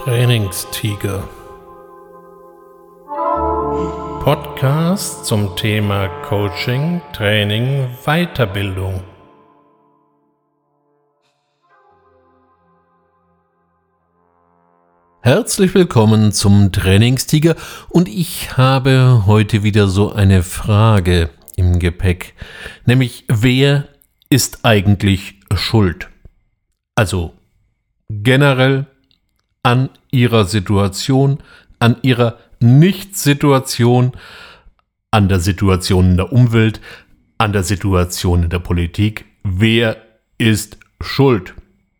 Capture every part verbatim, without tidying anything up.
Trainingstiger. Podcast zum Thema Coaching, Training, Weiterbildung. Herzlich willkommen zum Trainingstiger und ich habe heute wieder so eine Frage im Gepäck, nämlich wer ist eigentlich schuld? Also generell an ihrer Situation, an ihrer Nicht-Situation, an der Situation in der Umwelt, an der Situation in der Politik. Wer ist schuld?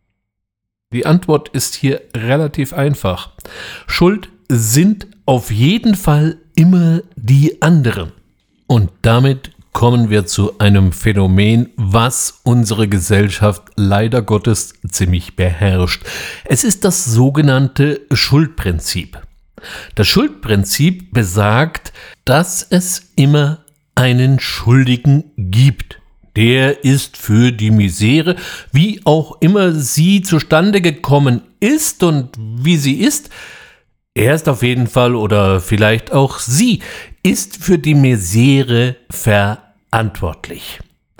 Die Antwort ist hier relativ einfach. Schuld sind auf jeden Fall immer die anderen. Und damit kommen wir zu einem Phänomen, was unsere Gesellschaft leider Gottes ziemlich beherrscht. Es ist das sogenannte Schuldprinzip. Das Schuldprinzip besagt, dass es immer einen Schuldigen gibt. Der ist für die Misere, wie auch immer sie zustande gekommen ist und wie sie ist, er ist auf jeden Fall oder vielleicht auch sie, ist für die Misere verantwortlich.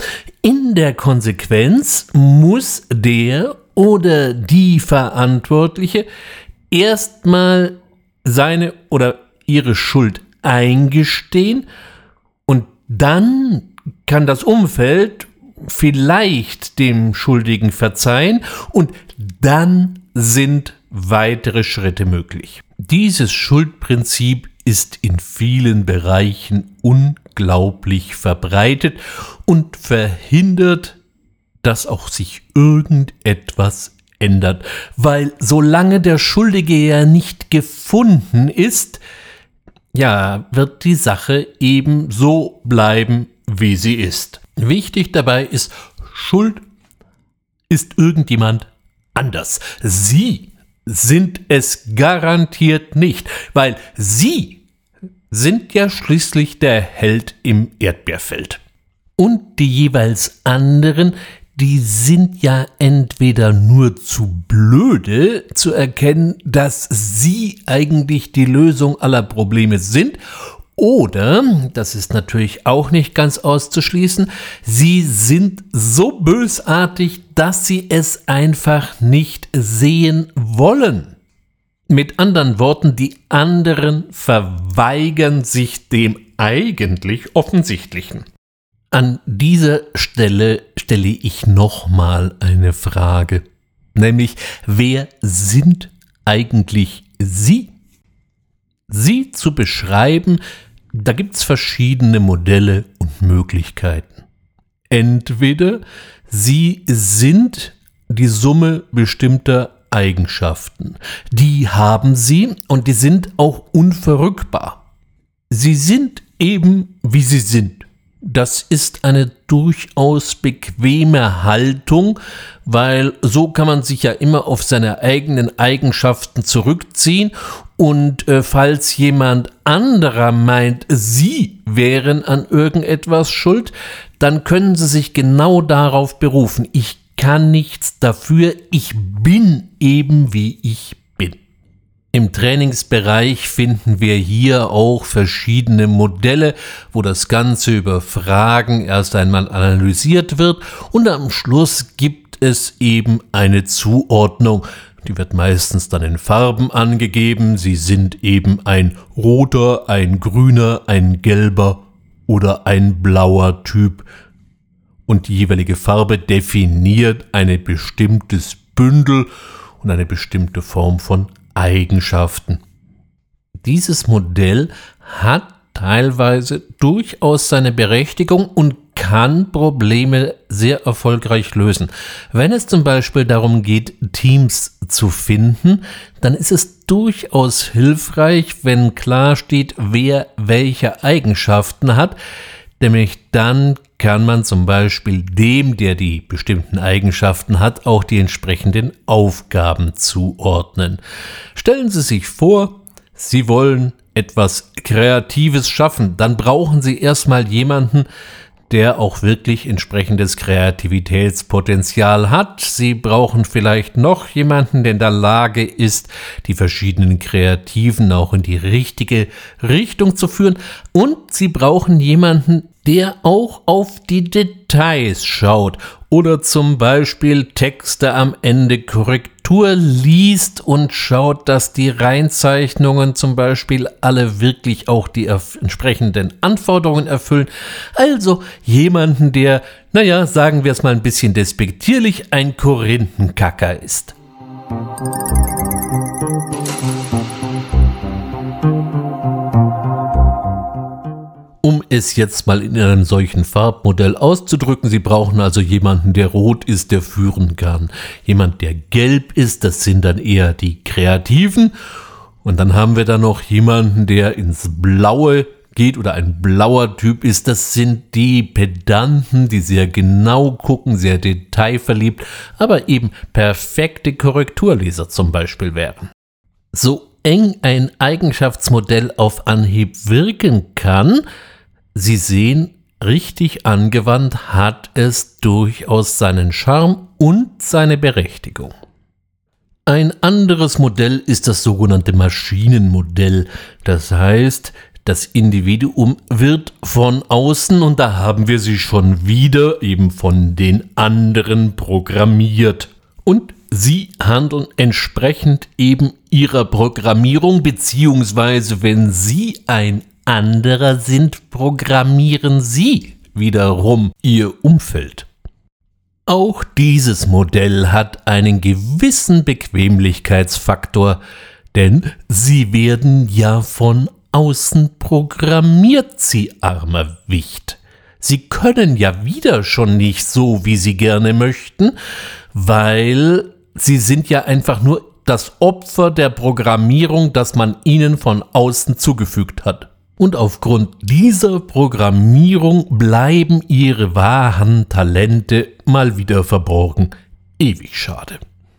In der Konsequenz muss der oder die Verantwortliche erstmal seine oder ihre Schuld eingestehen und dann kann das Umfeld vielleicht dem Schuldigen verzeihen und dann sind weitere Schritte möglich. Dieses Schuldprinzip ist in vielen Bereichen unglaublich verbreitet und verhindert, dass auch sich irgendetwas ändert, weil solange der Schuldige ja nicht gefunden ist, ja, wird die Sache eben so bleiben, wie sie ist. Wichtig dabei ist, Schuld ist irgendjemand anders. Sie sind es garantiert nicht, weil Sie sind ja schließlich der Held im Erdbeerfeld. Und die jeweils anderen, die sind ja entweder nur zu blöde zu erkennen, dass sie eigentlich die Lösung aller Probleme sind, oder, das ist natürlich auch nicht ganz auszuschließen, sie sind so bösartig, dass sie es einfach nicht sehen wollen. Mit anderen Worten, die anderen verweigern sich dem eigentlich Offensichtlichen. An dieser Stelle stelle ich nochmal eine Frage, nämlich wer sind eigentlich Sie? Sie zu beschreiben, da gibt es verschiedene Modelle und Möglichkeiten. Entweder Sie sind die Summe bestimmter Eigenschaften. Die haben Sie und die sind auch unverrückbar. Sie sind eben, wie sie sind. Das ist eine durchaus bequeme Haltung, weil so kann man sich ja immer auf seine eigenen Eigenschaften zurückziehen und äh, falls jemand anderer meint, Sie wären an irgendetwas schuld, dann können Sie sich genau darauf berufen. Ich kann nichts dafür, ich bin eben wie ich bin. Im Trainingsbereich finden wir hier auch verschiedene Modelle, wo das Ganze über Fragen erst einmal analysiert wird und am Schluss gibt es eben eine Zuordnung. Die wird meistens dann in Farben angegeben. Sie sind eben ein roter, ein grüner, ein gelber oder ein blauer Typ. Und die jeweilige Farbe definiert ein bestimmtes Bündel und eine bestimmte Form von Eigenschaften. Dieses Modell hat teilweise durchaus seine Berechtigung und kann Probleme sehr erfolgreich lösen. Wenn es zum Beispiel darum geht, Teams zu finden, dann ist es durchaus hilfreich, wenn klar steht, wer welche Eigenschaften hat, nämlich dann kann man zum Beispiel dem, der die bestimmten Eigenschaften hat, auch die entsprechenden Aufgaben zuordnen. Stellen Sie sich vor, Sie wollen etwas Kreatives schaffen, dann brauchen Sie erstmal jemanden, der auch wirklich entsprechendes Kreativitätspotenzial hat. Sie brauchen vielleicht noch jemanden, der in der Lage ist, die verschiedenen Kreativen auch in die richtige Richtung zu führen. Und Sie brauchen jemanden, der auch auf die Details schaut oder zum Beispiel Texte am Ende Korrektur liest und schaut, dass die Reinzeichnungen zum Beispiel alle wirklich auch die entsprechenden Anforderungen erfüllen. Also jemanden, der, naja, sagen wir es mal ein bisschen despektierlich, ein Korinthenkacker ist. Um es jetzt mal in einem solchen Farbmodell auszudrücken, Sie brauchen also jemanden, der rot ist, der führen kann. Jemand, der gelb ist, das sind dann eher die Kreativen. Und dann haben wir da noch jemanden, der ins Blaue geht oder ein blauer Typ ist. Das sind die Pedanten, die sehr genau gucken, sehr detailverliebt, aber eben perfekte Korrekturleser zum Beispiel wären. So eng ein Eigenschaftsmodell auf Anhieb wirken kann, Sie sehen, richtig angewandt hat es durchaus seinen Charme und seine Berechtigung. Ein anderes Modell ist das sogenannte Maschinenmodell. Das heißt, das Individuum wird von außen, und da haben wir sie schon wieder, eben von den anderen programmiert. Und sie handeln entsprechend eben ihrer Programmierung, beziehungsweise wenn sie ein anderer sind, programmieren sie wiederum ihr Umfeld. Auch dieses Modell hat einen gewissen Bequemlichkeitsfaktor, denn sie werden ja von außen programmiert, Sie armer Wicht. Sie können ja wieder schon nicht so, wie Sie gerne möchten, weil Sie sind ja einfach nur das Opfer der Programmierung, das man Ihnen von außen zugefügt hat. Und aufgrund dieser Programmierung bleiben Ihre wahren Talente mal wieder verborgen. Ewig schade.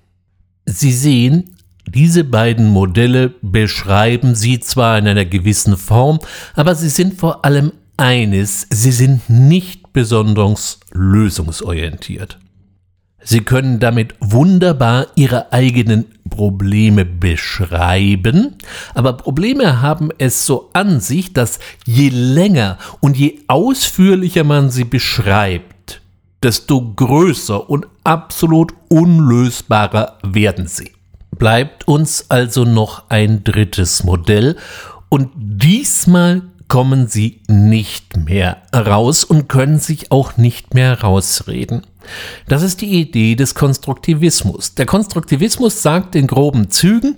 Sie sehen, diese beiden Modelle beschreiben Sie zwar in einer gewissen Form, aber sie sind vor allem eines, sie sind nicht besonders lösungsorientiert. Sie können damit wunderbar Ihre eigenen Probleme beschreiben, aber Probleme haben es so an sich, dass je länger und je ausführlicher man sie beschreibt, desto größer und absolut unlösbarer werden sie. Bleibt uns also noch ein drittes Modell, und diesmal kommen Sie nicht mehr raus und können sich auch nicht mehr rausreden. Das ist die Idee des Konstruktivismus. Der Konstruktivismus sagt in groben Zügen,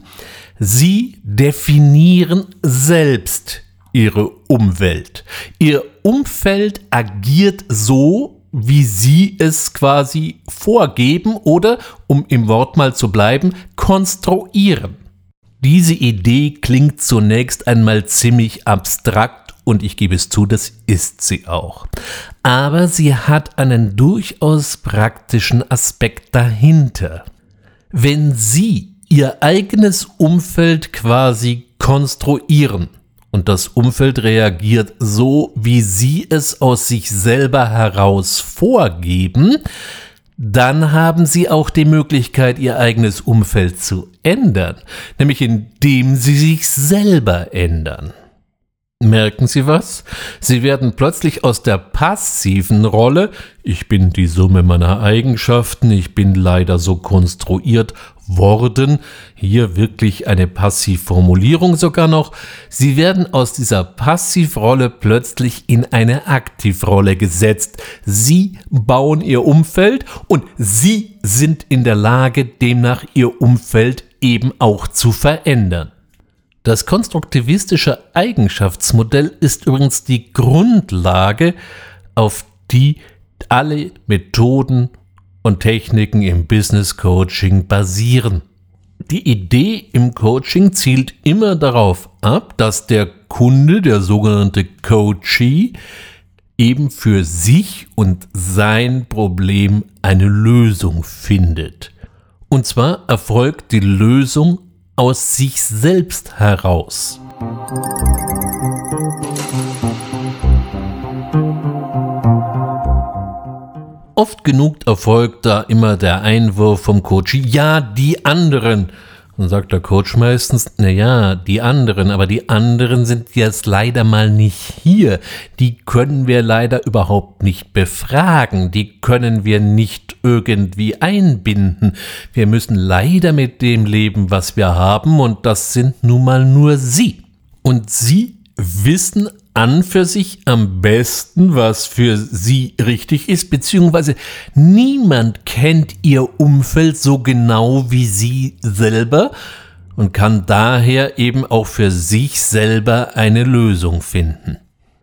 Sie definieren selbst Ihre Umwelt. Ihr Umfeld agiert so, wie Sie es quasi vorgeben oder, um im Wort mal zu bleiben, konstruieren. Diese Idee klingt zunächst einmal ziemlich abstrakt, und ich gebe es zu, das ist sie auch. Aber sie hat einen durchaus praktischen Aspekt dahinter. Wenn Sie Ihr eigenes Umfeld quasi konstruieren und das Umfeld reagiert so, wie Sie es aus sich selber heraus vorgeben, dann haben Sie auch die Möglichkeit, Ihr eigenes Umfeld zu ändern, nämlich indem Sie sich selber ändern. Merken Sie was? Sie werden plötzlich aus der passiven Rolle, ich bin die Summe meiner Eigenschaften, ich bin leider so konstruiert worden, hier wirklich eine Passivformulierung sogar noch, Sie werden aus dieser Passivrolle plötzlich in eine Aktivrolle gesetzt. Sie bauen Ihr Umfeld und Sie sind in der Lage, demnach Ihr Umfeld eben auch zu verändern. Das konstruktivistische Eigenschaftsmodell ist übrigens die Grundlage, auf die alle Methoden und Techniken im Business Coaching basieren. Die Idee im Coaching zielt immer darauf ab, dass der Kunde, der sogenannte Coachee, eben für sich und sein Problem eine Lösung findet. Und zwar erfolgt die Lösung aus sich selbst heraus. oft genug erfolgt da immer der Einwurf vom Coach, ja, die anderen. Dann sagt der Coach meistens, na ja, die anderen, aber die anderen sind jetzt leider mal nicht hier. Die können wir leider überhaupt nicht befragen. Die können wir nicht irgendwie einbinden. Wir müssen leider mit dem leben, was wir haben, und das sind nun mal nur sie. Und sie wissen an für sich am besten, was für sie richtig ist, beziehungsweise niemand kennt ihr Umfeld so genau wie sie selber und kann daher eben auch für sich selber eine Lösung finden.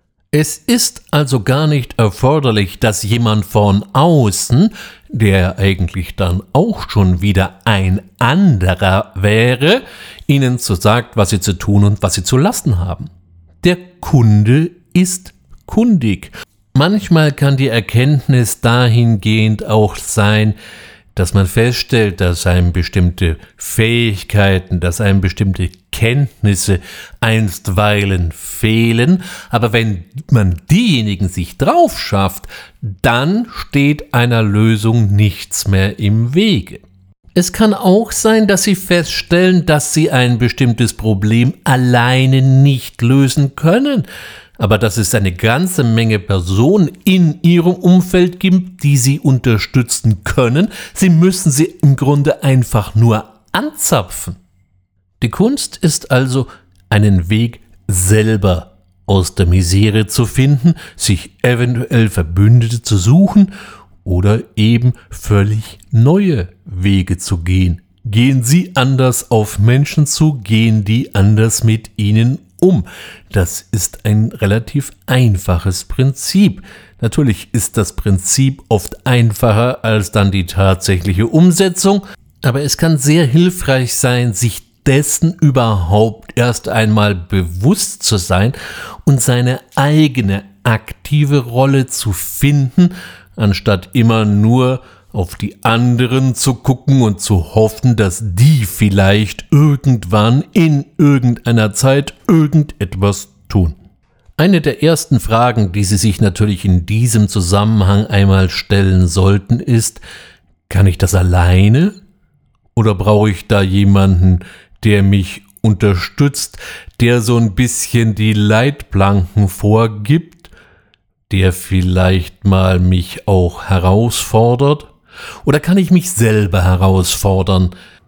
Es ist also gar nicht erforderlich, dass jemand von außen, der eigentlich dann auch schon wieder ein anderer wäre, ihnen so sagt, was sie zu tun und was sie zu lassen haben. Der Kunde ist kundig. Manchmal kann die Erkenntnis dahingehend auch sein, dass man feststellt, dass einem bestimmte Fähigkeiten, dass einem bestimmte Kenntnisse einstweilen fehlen, aber wenn man diejenigen sich drauf schafft, dann steht einer Lösung nichts mehr im Wege. Es kann auch sein, dass Sie feststellen, dass Sie ein bestimmtes Problem alleine nicht lösen können, aber dass es eine ganze Menge Personen in Ihrem Umfeld gibt, die Sie unterstützen können. Sie müssen sie im Grunde einfach nur anzapfen. Die Kunst ist also, einen Weg selber aus der Misere zu finden, sich eventuell Verbündete zu suchen oder eben völlig neue Wege zu gehen. Gehen Sie anders auf Menschen zu, gehen die anders mit Ihnen um. Das ist ein relativ einfaches Prinzip. Natürlich ist das Prinzip oft einfacher als dann die tatsächliche Umsetzung, aber es kann sehr hilfreich sein, sich dessen überhaupt erst einmal bewusst zu sein und seine eigene aktive Rolle zu finden, anstatt immer nur auf die anderen zu gucken und zu hoffen, dass die vielleicht irgendwann in irgendeiner Zeit irgendetwas tun. Eine der ersten Fragen, die Sie sich natürlich in diesem Zusammenhang einmal stellen sollten, ist: Kann ich das alleine? Oder brauche ich da jemanden, der mich unterstützt, der so ein bisschen die Leitplanken vorgibt, der vielleicht mal mich auch herausfordert? Oder kann ich mich selber herausfordern?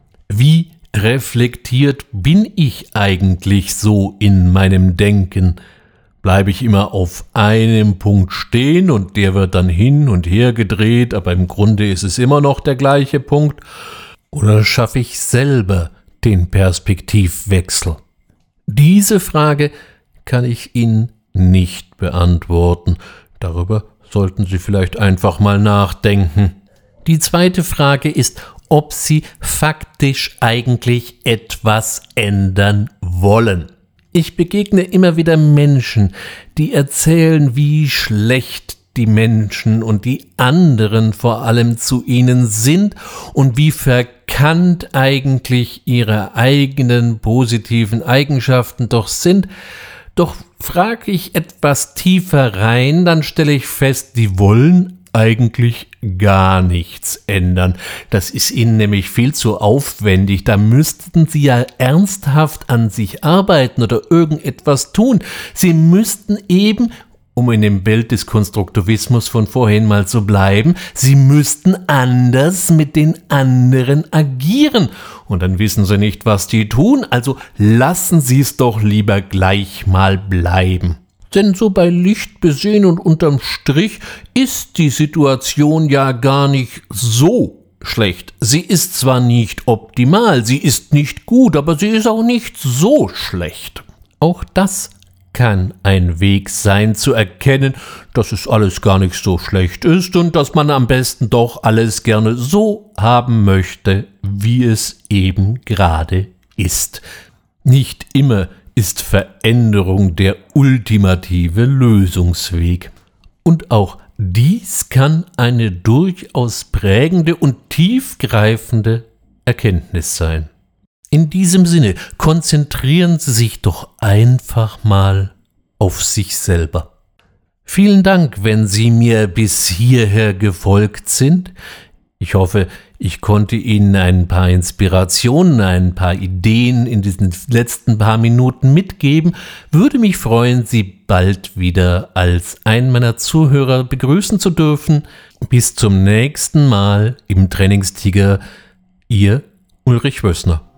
Wie reflektiert bin ich eigentlich so in meinem Denken? Bleibe ich immer auf einem Punkt stehen und der wird dann hin und her gedreht, aber im Grunde ist es immer noch der gleiche Punkt? Oder schaffe ich selber den Perspektivwechsel? Diese Frage kann ich Ihnen nicht beantworten. Darüber sollten Sie vielleicht einfach mal nachdenken. Die zweite Frage ist, ob Sie faktisch eigentlich etwas ändern wollen. Ich begegne immer wieder Menschen, die erzählen, wie schlecht die Menschen und die anderen vor allem zu ihnen sind und wie verkannt eigentlich ihre eigenen positiven Eigenschaften doch sind. Doch frage ich etwas tiefer rein, dann stelle ich fest, die wollen eigentlich gar nichts ändern. Das ist ihnen nämlich viel zu aufwendig. Da müssten sie ja ernsthaft an sich arbeiten oder irgendetwas tun. Sie müssten eben, um in dem Bild des Konstruktivismus von vorhin mal zu bleiben, sie müssten anders mit den anderen agieren. Und dann wissen sie nicht, was die tun, also lassen sie es doch lieber gleich mal bleiben. Denn so bei Licht besehen und unterm Strich ist die Situation ja gar nicht so schlecht. Sie ist zwar nicht optimal, sie ist nicht gut, aber sie ist auch nicht so schlecht. Auch das kann ein Weg sein, zu erkennen, dass es alles gar nicht so schlecht ist und dass man am besten doch alles gerne so haben möchte, wie es eben gerade ist. Nicht immer ist Veränderung der ultimative Lösungsweg. Und auch dies kann eine durchaus prägende und tiefgreifende Erkenntnis sein. In diesem Sinne, konzentrieren Sie sich doch einfach mal auf sich selber. Vielen Dank, wenn Sie mir bis hierher gefolgt sind. Ich hoffe, ich konnte Ihnen ein paar Inspirationen, ein paar Ideen in diesen letzten paar Minuten mitgeben. Würde mich freuen, Sie bald wieder als einen meiner Zuhörer begrüßen zu dürfen. Bis zum nächsten Mal im Trainingstiger, Ihr Ulrich Wössner.